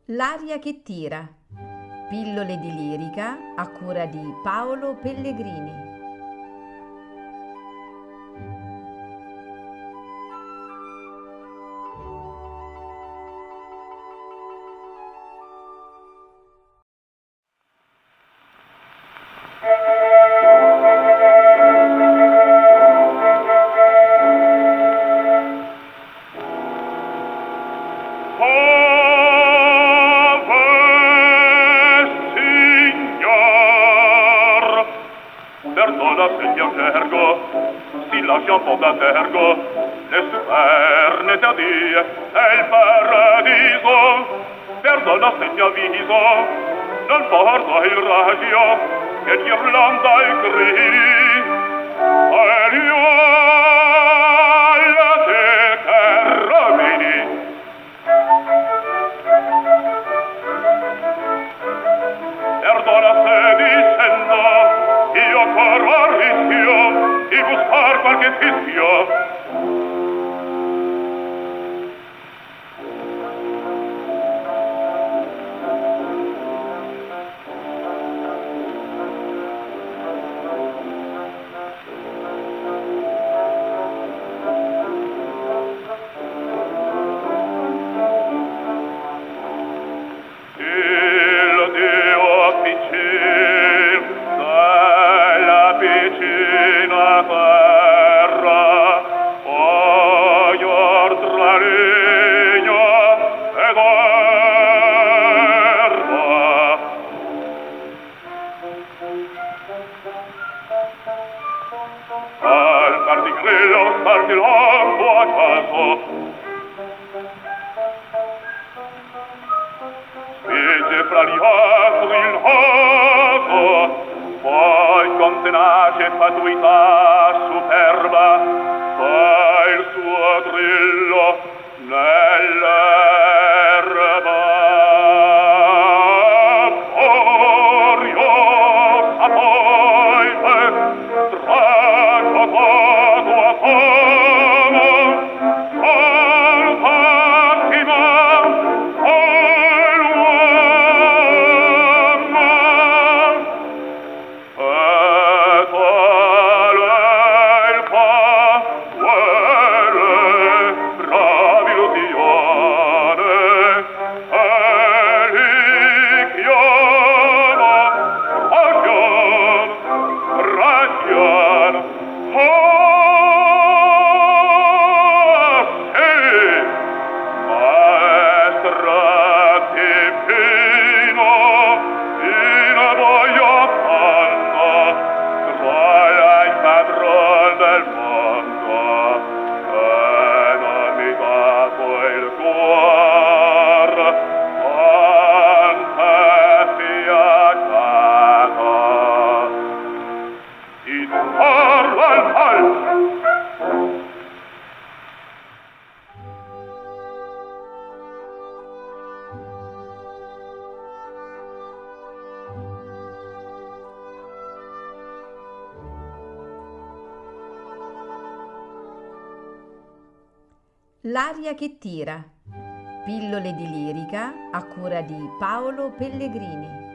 L'aria che tira. Pillole di lirica a cura di Paolo Pellegrini. Perdona, Seigneur Gergo, si lascia un po' d'albergo, le superne tardie è il paradiso. Perdona, Seigneur viso, non porta il raggio, che d'Irlanda i gridi, e io alla te carabini. Perdona se dicendo, io corro a rischio di buscar qualche fischio. Il Dio piccin della piccina terra, ognor tra legno ed erba. Al pardigrillo sparti l'ambo a caso, specie fra gli altri il naso, poi con tenace fatuità superba fa il suo drillo nell'erba. Furiosa poi tra poco a poco salvattima L'aria che tira. Pillole di lirica a cura di Paolo Pellegrini.